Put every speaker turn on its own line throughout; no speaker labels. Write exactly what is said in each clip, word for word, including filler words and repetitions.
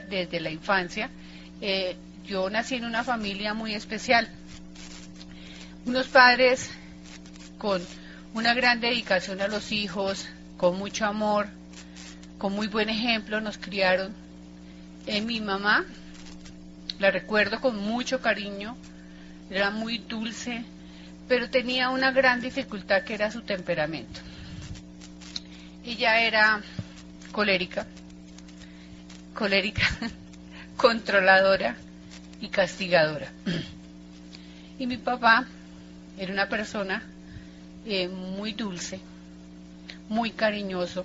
desde la infancia. Eh, yo nací en una familia muy especial, unos padres con una gran dedicación a los hijos, con mucho amor, con muy buen ejemplo, nos criaron. Eh, mi mamá, la recuerdo con mucho cariño, era muy dulce, pero tenía una gran dificultad que era su temperamento. Ella era colérica, colérica, controladora y castigadora. Y mi papá era una persona eh, muy dulce, muy cariñoso,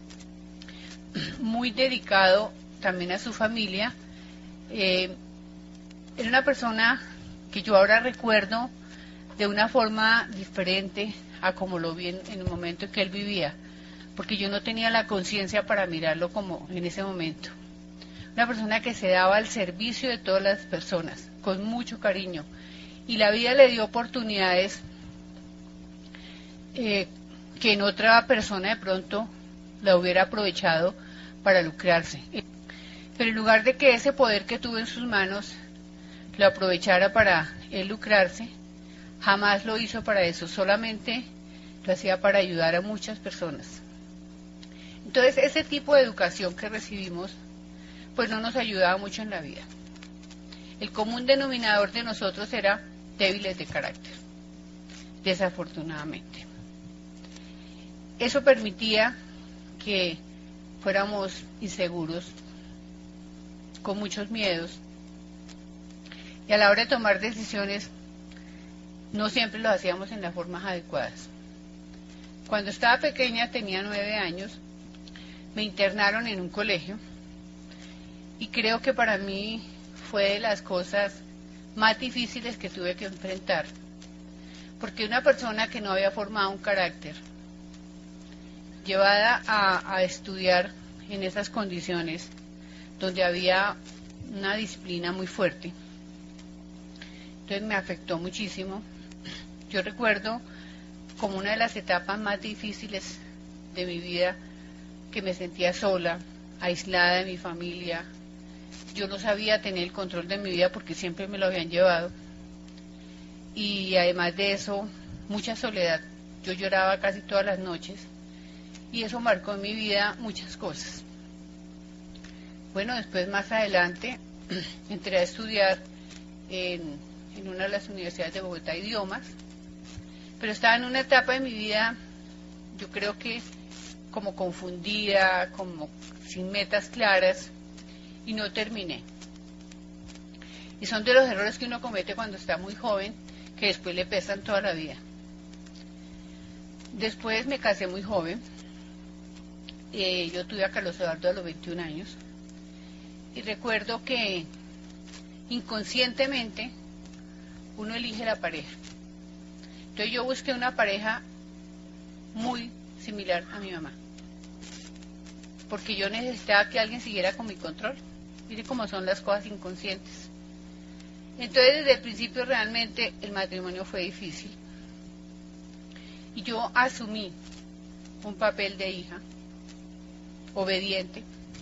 muy dedicado también a su familia. Eh, era una persona que yo ahora recuerdo de una forma diferente a como lo vi en, en el momento en que él vivía, porque yo no tenía la conciencia para mirarlo como en ese momento. Una persona que se daba al servicio de todas las personas, con mucho cariño, y la vida le dio oportunidades eh, que en otra persona de pronto la hubiera aprovechado para lucrarse. Pero en lugar de que ese poder que tuvo en sus manos lo aprovechara para él lucrarse, jamás lo hizo para eso, solamente lo hacía para ayudar a muchas personas. Entonces, ese tipo de educación que recibimos, pues no nos ayudaba mucho en la vida. El común denominador de nosotros era débiles de carácter, desafortunadamente. Eso permitía que fuéramos inseguros, con muchos miedos, y a la hora de tomar decisiones no siempre lo hacíamos en las formas adecuadas. Cuando estaba pequeña, tenía nueve años, me internaron en un colegio y creo que para mí fue de las cosas más difíciles que tuve que enfrentar, porque una persona que no había formado un carácter, llevada a, a estudiar en esas condiciones donde había una disciplina muy fuerte, entonces me afectó muchísimo. Yo recuerdo como una de las etapas más difíciles de mi vida que me sentía sola, aislada de mi familia. Yo no sabía tener el control de mi vida porque siempre me lo habían llevado. Y además de eso, mucha soledad. Yo lloraba casi todas las noches y eso marcó en mi vida muchas cosas. Bueno, después más adelante entré a estudiar en, en una de las universidades de Bogotá, idiomas, pero estaba en una etapa de mi vida, yo creo que como confundida, como sin metas claras, y no terminé. Y son de los errores que uno comete cuando está muy joven, que después le pesan toda la vida. Después me casé muy joven, eh, yo tuve a Carlos Eduardo a los veintiún años, y recuerdo que inconscientemente uno elige la pareja. Entonces yo busqué una pareja muy similar a mi mamá, porque yo necesitaba que alguien siguiera con mi control. Mire cómo son las cosas inconscientes. Entonces desde el principio realmente el matrimonio fue difícil y yo asumí un papel de hija obediente.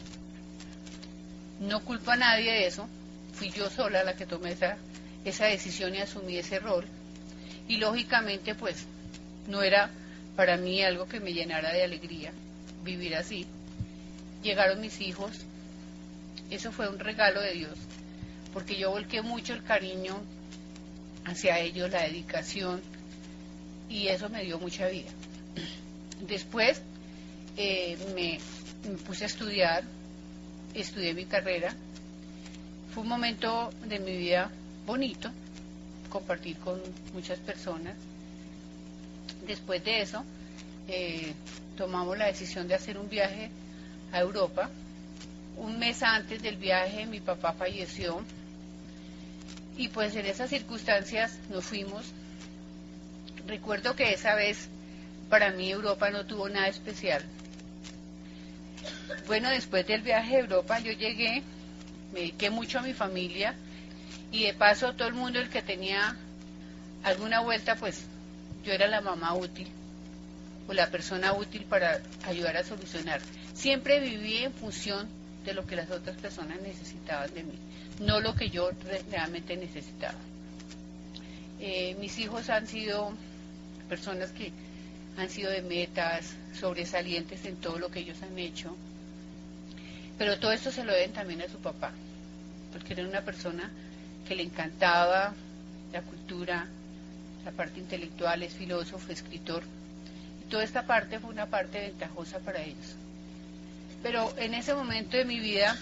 No culpo a nadie de eso, fui yo sola la que tomé esa, esa decisión y asumí ese rol, y lógicamente pues no era para mí algo que me llenara de alegría vivir así. Llegaron mis hijos, eso fue un regalo de Dios, porque yo volqué mucho el cariño hacia ellos, la dedicación, y eso me dio mucha vida. Después eh, me, me puse a estudiar, estudié mi carrera. Fue un momento de mi vida bonito, compartir con muchas personas. Después de eso, eh, tomamos la decisión de hacer un viaje a Europa. Un mes antes del viaje mi papá falleció y pues en esas circunstancias nos fuimos. Recuerdo que esa vez para mí Europa no tuvo nada especial. Bueno, después del viaje a Europa yo llegué, me dediqué mucho a mi familia y de paso todo el mundo el que tenía alguna vuelta, pues yo era la mamá útil o la persona útil para ayudar a solucionar. Siempre viví en función de lo que las otras personas necesitaban de mí, no lo que yo realmente necesitaba. Eh, mis hijos han sido personas que han sido de metas, sobresalientes en todo lo que ellos han hecho, pero todo esto se lo deben también a su papá, porque era una persona que le encantaba la cultura, la parte intelectual, es filósofo, escritor, y toda esta parte fue una parte ventajosa para ellos. Pero en ese momento de mi vida,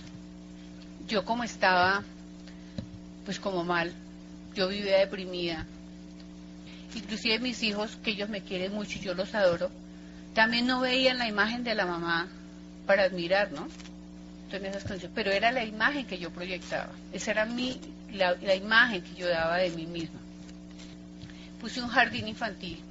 yo como estaba, pues como mal, yo vivía deprimida. Inclusive mis hijos, que ellos me quieren mucho y yo los adoro, también no veían la imagen de la mamá para admirar, ¿no? Entonces, esas condiciones, pero era la imagen que yo proyectaba, esa era mi, la, la imagen que yo daba de mí misma. Puse un jardín infantil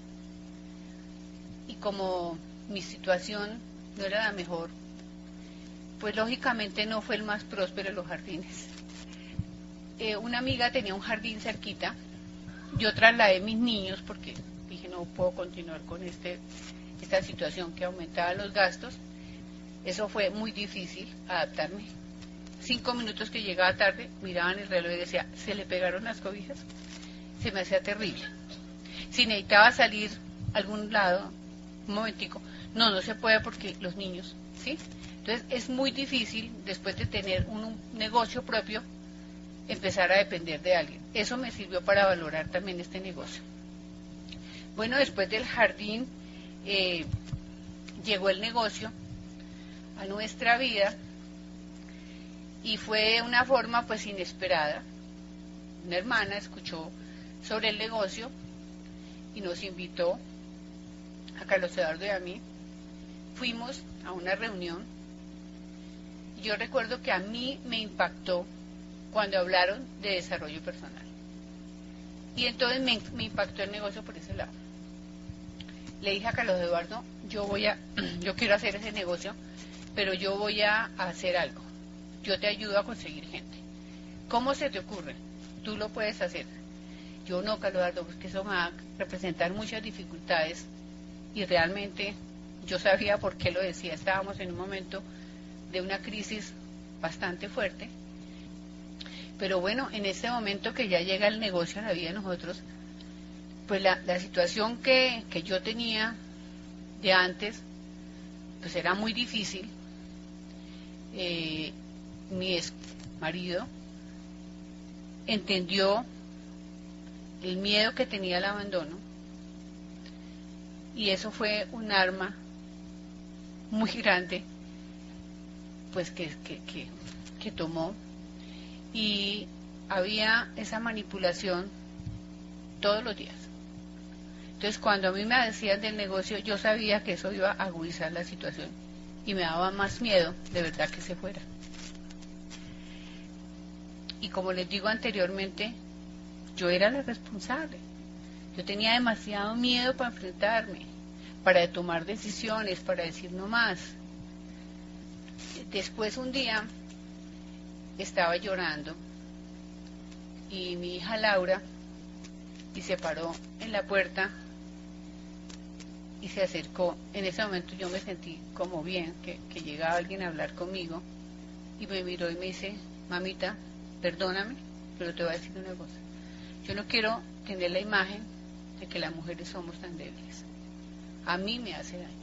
y como mi situación no era la mejor, pues lógicamente no fue el más próspero de los jardines. Eh, una amiga tenía un jardín cerquita, yo trasladé mis niños porque dije no puedo continuar con este esta situación que aumentaba los gastos. Eso fue muy difícil, adaptarme. Cinco minutos que llegaba tarde, miraban el reloj y decía, ¿se le pegaron las cobijas? Se me hacía terrible. Si necesitaba salir a algún lado, un momentico, no, no se puede porque los niños, ¿sí? Entonces es muy difícil, después de tener un, un negocio propio, empezar a depender de alguien. Eso me sirvió para valorar también este negocio. Bueno, después del jardín, eh, llegó el negocio a nuestra vida y fue de una forma pues inesperada. Una hermana escuchó sobre el negocio y nos invitó a Carlos Eduardo y a mí. Fuimos a una reunión y yo recuerdo que a mí me impactó cuando hablaron de desarrollo personal y entonces me, me impactó el negocio por ese lado. Le dije a Carlos Eduardo, yo voy a, yo quiero hacer ese negocio, pero yo voy a hacer algo. Yo te ayudo a conseguir gente. ¿Cómo se te ocurre? Tú lo puedes hacer. Yo no, Carlos Eduardo, porque eso me va a representar muchas dificultades y realmente yo sabía por qué lo decía. Estábamos en un momento de una crisis bastante fuerte, pero bueno, en este momento que ya llega el negocio a la vida de nosotros, pues la, la situación que, que yo tenía de antes, pues era muy difícil. Eh, mi ex marido entendió el miedo que tenía al abandono y eso fue un arma muy grande pues que, que, que, que tomó, y había esa manipulación todos los días. Entonces cuando a mí me decían del negocio, yo sabía que eso iba a agudizar la situación y me daba más miedo de verdad que se fuera. Y como les digo anteriormente, yo era la responsable. Yo tenía demasiado miedo para enfrentarme, para tomar decisiones, para decir no más. Después un día estaba llorando y mi hija Laura y se paró en la puerta y se acercó. En ese momento yo me sentí como bien, que, que llegaba alguien a hablar conmigo y me miró y me dice, mamita, perdóname, pero te voy a decir una cosa. Yo no quiero tener la imagen de que las mujeres somos tan débiles. A mí me hace daño.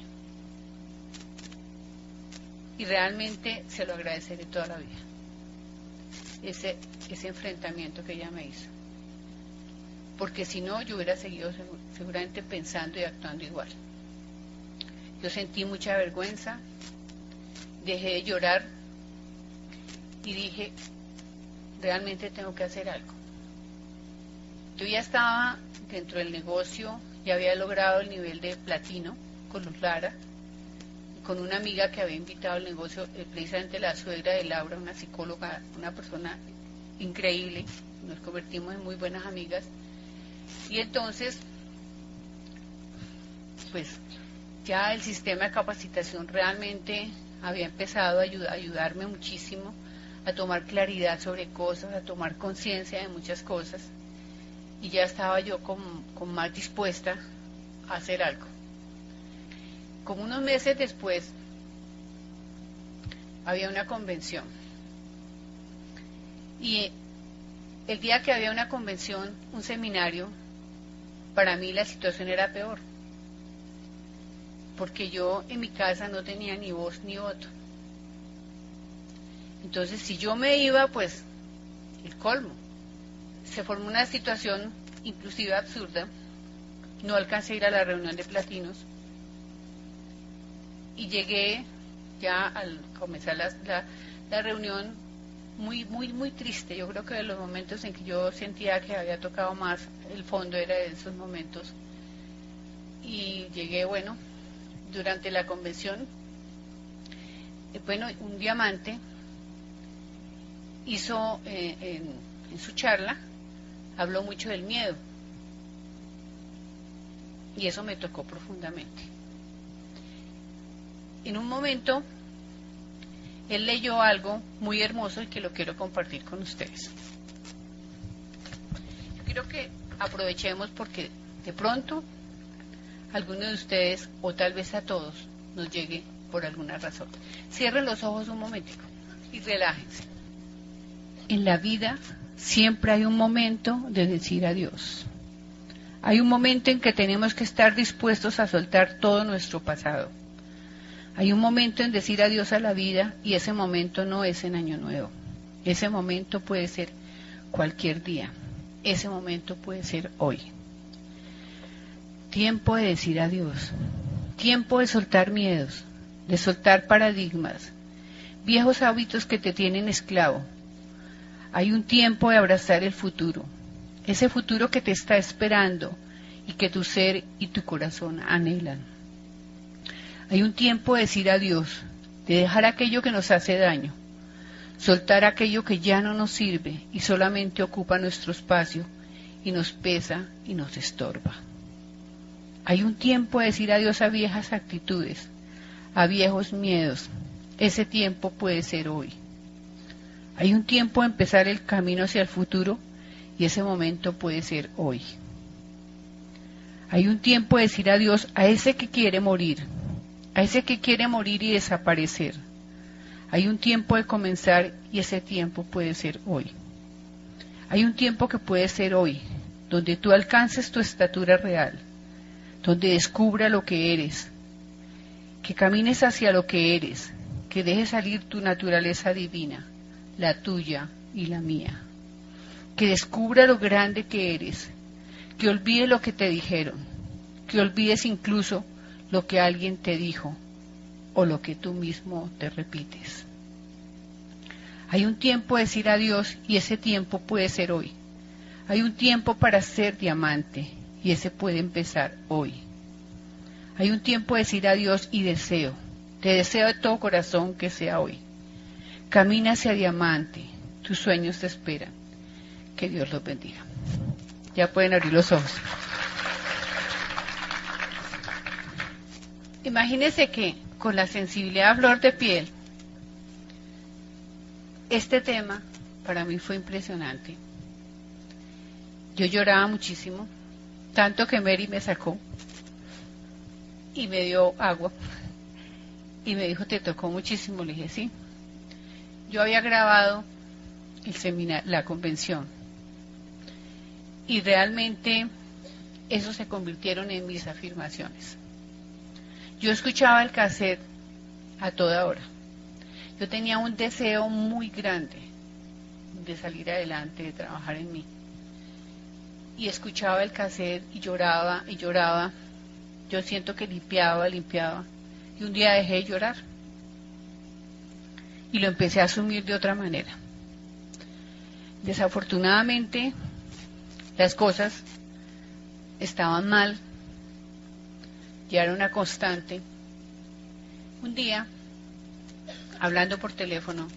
Y realmente se lo agradeceré toda la vida. Ese, ese enfrentamiento que ella me hizo. Porque si no, yo hubiera seguido seguramente pensando y actuando igual. Yo sentí mucha vergüenza, dejé de llorar y dije, realmente tengo que hacer algo. Yo ya estaba dentro del negocio, ya había logrado el nivel de platino con Luz Lara, con una amiga que había invitado al negocio, eh, precisamente la suegra de Laura, una psicóloga, una persona increíble, nos convertimos en muy buenas amigas, y entonces, pues, ya el sistema de capacitación realmente había empezado a ayudar, a ayudarme muchísimo a tomar claridad sobre cosas, a tomar conciencia de muchas cosas, y ya estaba yo con, con más dispuesta a hacer algo. Como unos meses después, había una convención. Y el día que había una convención, un seminario, para mí la situación era peor. Porque yo en mi casa no tenía ni voz ni voto. Entonces, si yo me iba, pues, el colmo. Se formó una situación inclusive absurda. No alcancé a ir a la reunión de platinos. Y llegué ya al comenzar la, la, la reunión muy, muy, muy triste. Yo creo que de los momentos en que yo sentía que había tocado más el fondo era de esos momentos. Y llegué, bueno, durante la convención, eh, bueno, un diamante hizo eh, en, en su charla, habló mucho del miedo. Y eso me tocó profundamente. En un momento, él leyó algo muy hermoso y que lo quiero compartir con ustedes. Yo quiero que aprovechemos porque de pronto alguno de ustedes, o tal vez a todos, nos llegue por alguna razón. Cierren los ojos un momentico y relájense. En la vida siempre hay un momento de decir adiós. Hay un momento en que tenemos que estar dispuestos a soltar todo nuestro pasado. Hay un momento en decir adiós a la vida y ese momento no es en Año Nuevo. Ese momento puede ser cualquier día. Ese momento puede ser hoy. Tiempo de decir adiós. Tiempo de soltar miedos, de soltar paradigmas, viejos hábitos que te tienen esclavo. Hay un tiempo de abrazar el futuro. Ese futuro que te está esperando y que tu ser y tu corazón anhelan. Hay un tiempo de decir adiós, de dejar aquello que nos hace daño, soltar aquello que ya no nos sirve y solamente ocupa nuestro espacio y nos pesa y nos estorba. Hay un tiempo de decir adiós a viejas actitudes, a viejos miedos. Ese tiempo puede ser hoy. Hay un tiempo de empezar el camino hacia el futuro y ese momento puede ser hoy. Hay un tiempo de decir adiós a ese que quiere morir, a ese que quiere morir y desaparecer. Hay un tiempo de comenzar y ese tiempo puede ser hoy. Hay un tiempo que puede ser hoy, donde tú alcances tu estatura real, donde descubra lo que eres, que camines hacia lo que eres, que dejes salir tu naturaleza divina, la tuya y la mía. Que descubra lo grande que eres, que olvides lo que te dijeron, que olvides incluso lo que alguien te dijo o lo que tú mismo te repites. Hay un tiempo de decir adiós y ese tiempo puede ser hoy. Hay un tiempo para ser diamante y ese puede empezar hoy. Hay un tiempo de decir adiós y deseo. Te deseo de todo corazón que sea hoy. Camina hacia diamante. Tus sueños te esperan. Que Dios los bendiga. Ya pueden abrir los ojos. Imagínense que con la sensibilidad a flor de piel, este tema para mí fue impresionante. Yo lloraba muchísimo, tanto que Mary me sacó y me dio agua y me dijo, ¿te tocó muchísimo? Le dije, sí. Yo había grabado el seminario, la convención, y realmente eso se convirtieron en mis afirmaciones. Yo escuchaba el cassette a toda hora. Yo tenía un deseo muy grande de salir adelante, de trabajar en mí. Y escuchaba el cassette y lloraba y lloraba. Yo siento que limpiaba, limpiaba. Y un día dejé de llorar. Y lo empecé a asumir de otra manera. Desafortunadamente, las cosas estaban mal. Ya era una constante. Un día, hablando por teléfono,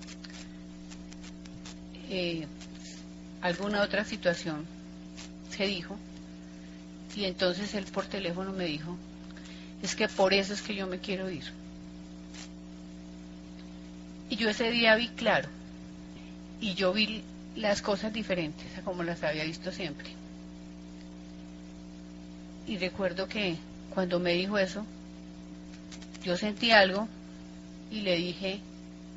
eh, alguna otra situación se dijo, y entonces él por teléfono me dijo, es que por eso es que yo me quiero ir. Y yo ese día vi claro, y yo vi las cosas diferentes a como las había visto siempre. Y recuerdo que cuando me dijo eso, yo sentí algo y le dije,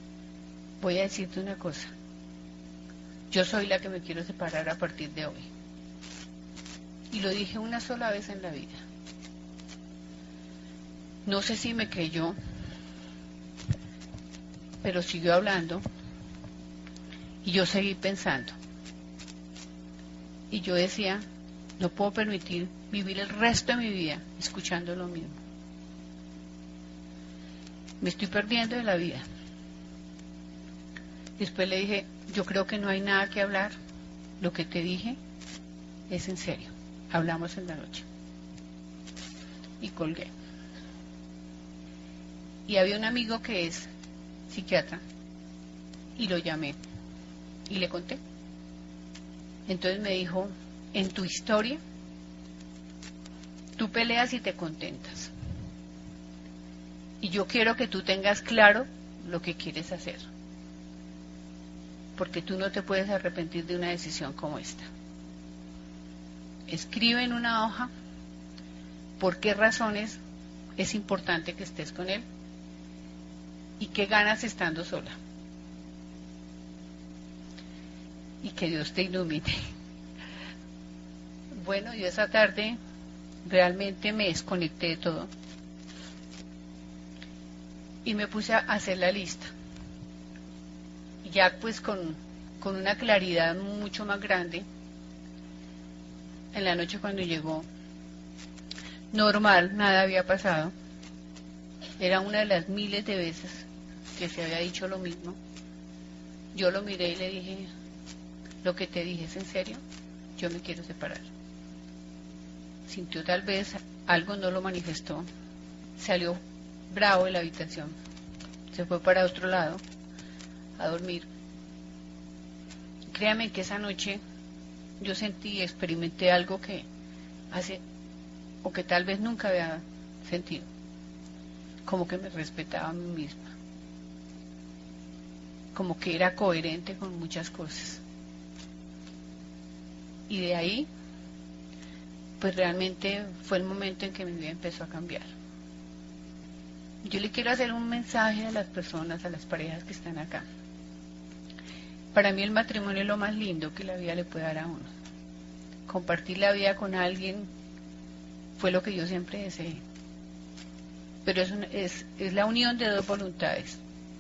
voy a decirte una cosa. Yo soy la que me quiero separar a partir de hoy. Y lo dije una sola vez en la vida. No sé si me creyó, pero siguió hablando y yo seguí pensando. Y yo decía, no puedo permitir vivir el resto de mi vida escuchando lo mismo. Me estoy perdiendo de la vida. Después le dije, yo creo que no hay nada que hablar. Lo que te dije es en serio. Hablamos en la noche. Y colgué. Y había un amigo que es psiquiatra y lo llamé y le conté. Entonces me dijo, en tu historia tú peleas y te contentas. Y yo quiero que tú tengas claro lo que quieres hacer. Porque tú no te puedes arrepentir de una decisión como esta. Escribe en una hoja por qué razones es importante que estés con él y qué ganas estando sola. Y que Dios te ilumine. Bueno, yo esa tarde realmente me desconecté de todo y me puse a hacer la lista. Y ya pues con, con una claridad mucho más grande, en la noche cuando llegó, normal, nada había pasado. Era una de las miles de veces que se había dicho lo mismo. Yo lo miré y le dije, lo que te dije es en serio, yo me quiero separar. Sintió tal vez algo, no lo manifestó, salió bravo de la habitación, se fue para otro lado a dormir. Créame que esa noche yo sentí y experimenté algo que hace, o que tal vez nunca había sentido, como que me respetaba a mí misma, como que era coherente con muchas cosas. Y de ahí, pues realmente fue el momento en que mi vida empezó a cambiar. Yo le quiero hacer un mensaje a las personas, a las parejas que están acá. Para mí el matrimonio es lo más lindo que la vida le puede dar a uno. Compartir la vida con alguien fue lo que yo siempre deseé. Pero es, una, es, es la unión de dos voluntades.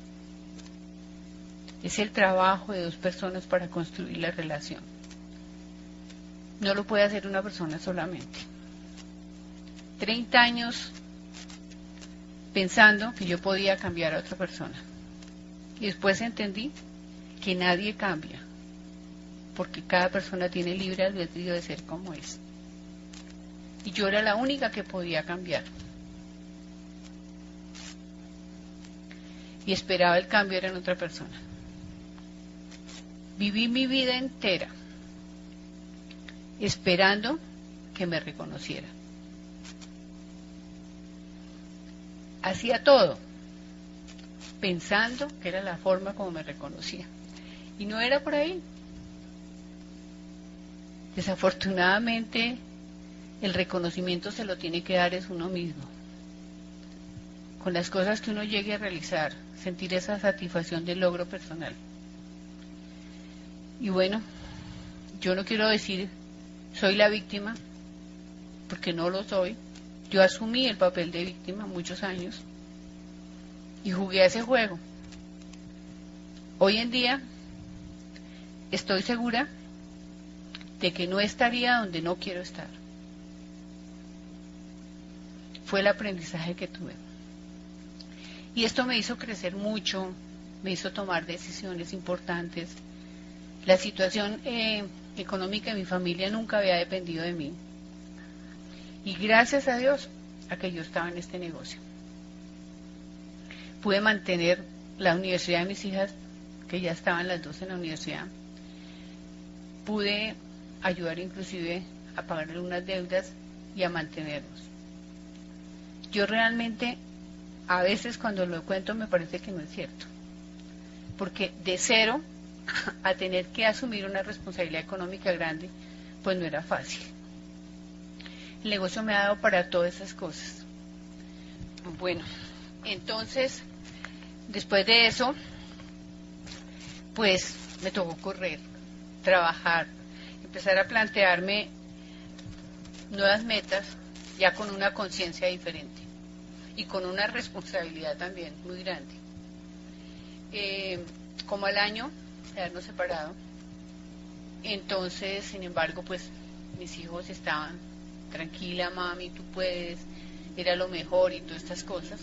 Es el trabajo de dos personas para construir la relación. No lo puede hacer una persona solamente. Treinta años pensando que yo podía cambiar a otra persona. Y después entendí que nadie cambia, porque cada persona tiene libre albedrío de ser como es. Y yo era la única que podía cambiar. Y esperaba el cambio era en otra persona. Viví mi vida entera esperando que me reconociera. Hacía todo pensando que era la forma como me reconocía. Y no era por ahí. Desafortunadamente, el reconocimiento se lo tiene que dar es uno mismo. Con las cosas que uno llegue a realizar, sentir esa satisfacción del logro personal. Y bueno, yo no quiero decir soy la víctima, porque no lo soy. Yo asumí el papel de víctima muchos años y jugué a ese juego. Hoy en día estoy segura de que no estaría donde no quiero estar. Fue el aprendizaje que tuve. Y esto me hizo crecer mucho, me hizo tomar decisiones importantes. La situación eh, económica de mi familia nunca había dependido de mí. Y gracias a Dios a que yo estaba en este negocio. Pude mantener la universidad de mis hijas, que ya estaban las dos en la universidad. Pude ayudar inclusive a pagar algunas deudas y a mantenerlos. Yo realmente, a veces cuando lo cuento me parece que no es cierto. Porque de cero a tener que asumir una responsabilidad económica grande, pues no era fácil. El negocio me ha dado para todas esas cosas. Bueno, entonces, después de eso, pues me tocó correr, trabajar, empezar a plantearme nuevas metas, ya con una conciencia diferente y con una responsabilidad también muy grande. Eh, como al año de habernos separado, entonces, sin embargo, pues mis hijos estaban, tranquila mami, tú puedes, era lo mejor y todas estas cosas.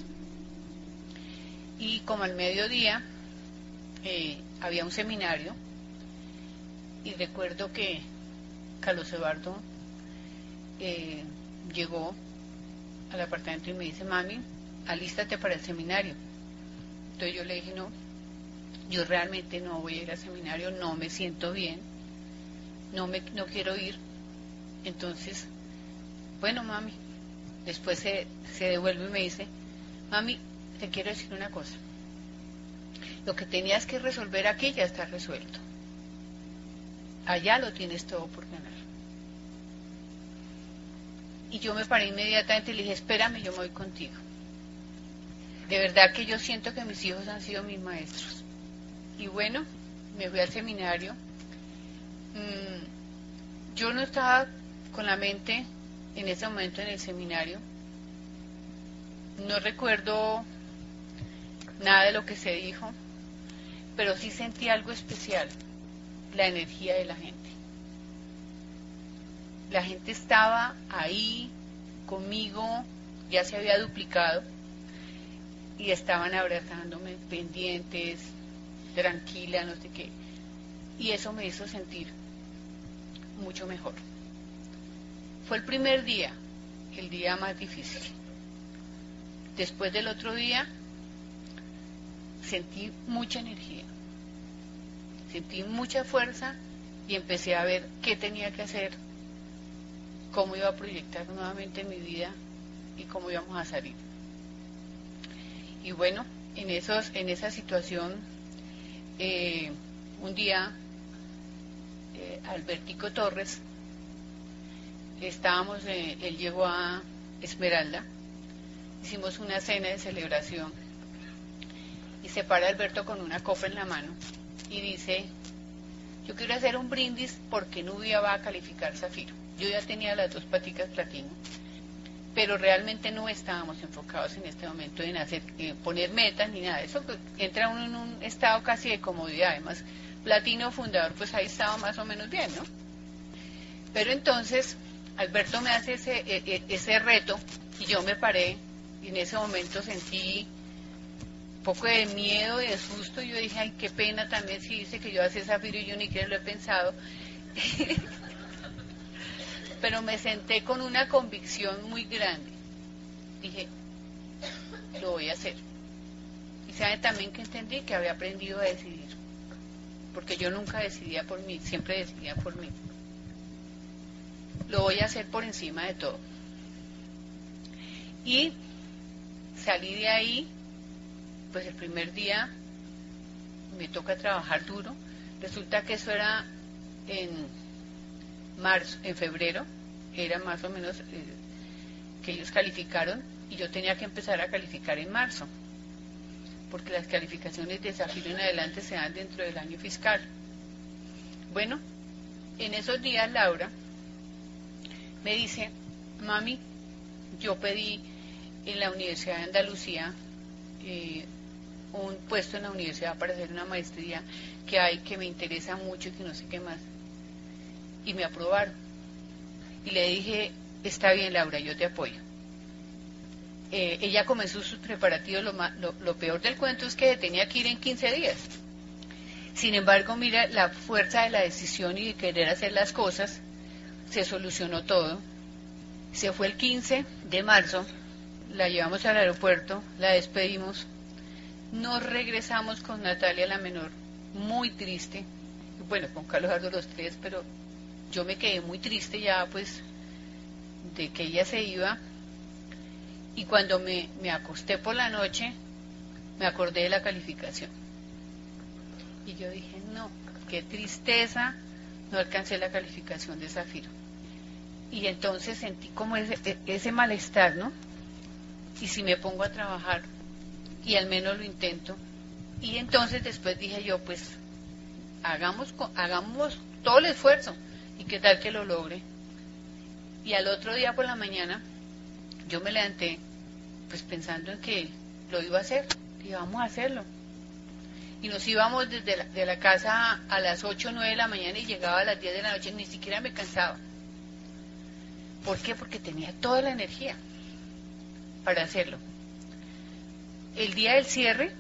Y como al mediodía eh, había un seminario, y recuerdo que Carlos Eduardo eh, llegó al apartamento y me dice, mami, alístate para el seminario. Entonces yo le dije, no, yo realmente no voy a ir al seminario, no me siento bien, no, me, no quiero ir. Entonces, bueno, mami, después se, se devuelve y me dice, mami, te quiero decir una cosa, lo que tenías que resolver aquí ya está resuelto, allá lo tienes todo por ganar. Y yo me paré inmediatamente y le dije, espérame, yo me voy contigo. De verdad que yo siento que mis hijos han sido mis maestros. Y bueno, me fui al seminario. Mm, yo no estaba con la mente en ese momento en el seminario. No recuerdo nada de lo que se dijo, pero sí sentí algo especial, la energía de la gente. La gente estaba ahí conmigo, ya se había duplicado, y estaban abrazándome, pendientes, tranquila, no sé qué. Y eso me hizo sentir mucho mejor. Fue el primer día, el día más difícil. Después del otro día, sentí mucha energía, sentí mucha fuerza y empecé a ver qué tenía que hacer, cómo iba a proyectar nuevamente mi vida y cómo íbamos a salir. Y bueno, en, esos, en esa situación, eh, un día, eh, Albertico Torres, estábamos, eh, él llegó a Esmeralda, hicimos una cena de celebración, y se para Alberto con una copa en la mano, y dice, yo quiero hacer un brindis porque Nubia va a calificar Zafiro. Yo ya tenía las dos paticas platino, pero realmente no estábamos enfocados en este momento en hacer, eh, poner metas ni nada. Eso entra uno en un estado casi de comodidad. Además, platino fundador, pues ahí estaba más o menos bien, ¿no? Pero entonces, Alberto me hace ese, e, ese reto y yo me paré y en ese momento sentí un poco de miedo, de susto. Y yo dije, ay, qué pena también si dice que yo hacía Zafiro y yo ni siquiera lo he pensado. Pero me senté con una convicción muy grande. Dije, lo voy a hacer. Y saben también que entendí que había aprendido a decidir. Porque yo nunca decidía por mí, siempre decidía por mí. Lo voy a hacer por encima de todo. Y salí de ahí, pues el primer día me toca trabajar duro. Resulta que eso era en marzo, en febrero, era más o menos eh, que ellos calificaron y yo tenía que empezar a calificar en marzo, porque las calificaciones de Zafiro en adelante se dan dentro del año fiscal. Bueno, en esos días Laura me dice, mami, yo pedí en la Universidad de Andalucía eh, un puesto en la universidad para hacer una maestría que hay que me interesa mucho y que no sé qué más. Y me aprobaron. Y le dije, está bien Laura, yo te apoyo. Eh, ella comenzó sus preparativos, lo, lo, lo peor del cuento es que tenía que ir en quince días. Sin embargo, mira, la fuerza de la decisión y de querer hacer las cosas, se solucionó todo. Se fue el quince de marzo, la llevamos al aeropuerto, la despedimos, nos regresamos con Natalia la menor, muy triste, bueno, con Carlos Eduardo los tres, pero yo me quedé muy triste ya pues de que ella se iba, y cuando me, me acosté por la noche me acordé de la calificación y yo dije, no, qué tristeza, no alcancé la calificación de Zafiro. Y entonces sentí como ese, ese malestar, ¿no? Y si me pongo a trabajar y al menos lo intento. Y entonces después dije yo, pues hagamos, hagamos todo el esfuerzo y qué tal que lo logre. Y al otro día por la mañana yo me levanté pues pensando en que lo iba a hacer, que íbamos a hacerlo. Y nos íbamos desde la, de la casa a las ocho o nueve de la mañana y llegaba a las diez de la noche, ni siquiera me cansaba. ¿Por qué? Porque tenía toda la energía para hacerlo. El día del cierre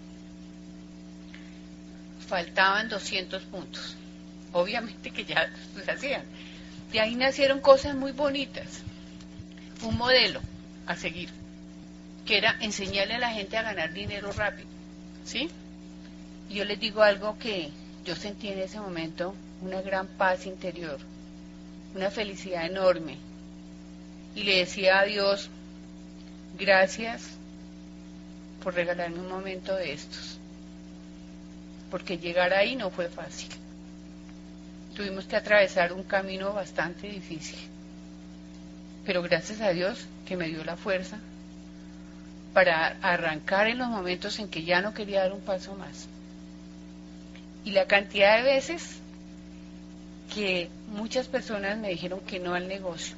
faltaban doscientos puntos. Obviamente que ya se hacían. De ahí nacieron cosas muy bonitas. Un modelo a seguir, que era enseñarle a la gente a ganar dinero rápido. ¿Sí? Y yo les digo algo que yo sentí en ese momento, una gran paz interior, una felicidad enorme. Y le decía a Dios, gracias por regalarme un momento de estos. Porque llegar ahí no fue fácil. Tuvimos que atravesar un camino bastante difícil. Pero gracias a Dios que me dio la fuerza para arrancar en los momentos en que ya no quería dar un paso más. Y la cantidad de veces que muchas personas me dijeron que no al negocio.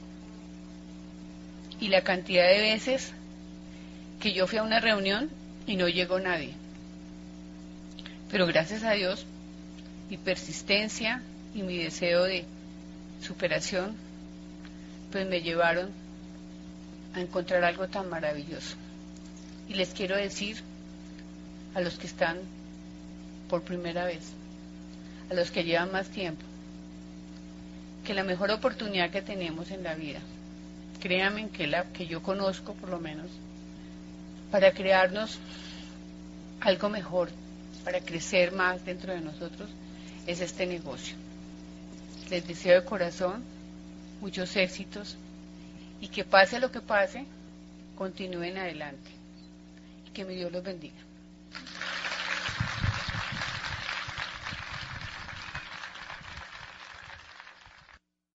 Y la cantidad de veces que yo fui a una reunión y no llegó nadie. Pero gracias a Dios, mi persistencia y mi deseo de superación, pues me llevaron a encontrar algo tan maravilloso. Y les quiero decir a los que están por primera vez, a los que llevan más tiempo, que la mejor oportunidad que tenemos en la vida, créanme que la que yo conozco por lo menos, para crearnos algo mejor, para crecer más dentro de nosotros, es este negocio. Les deseo de corazón muchos éxitos y que pase lo que pase, continúen adelante y que mi Dios los bendiga.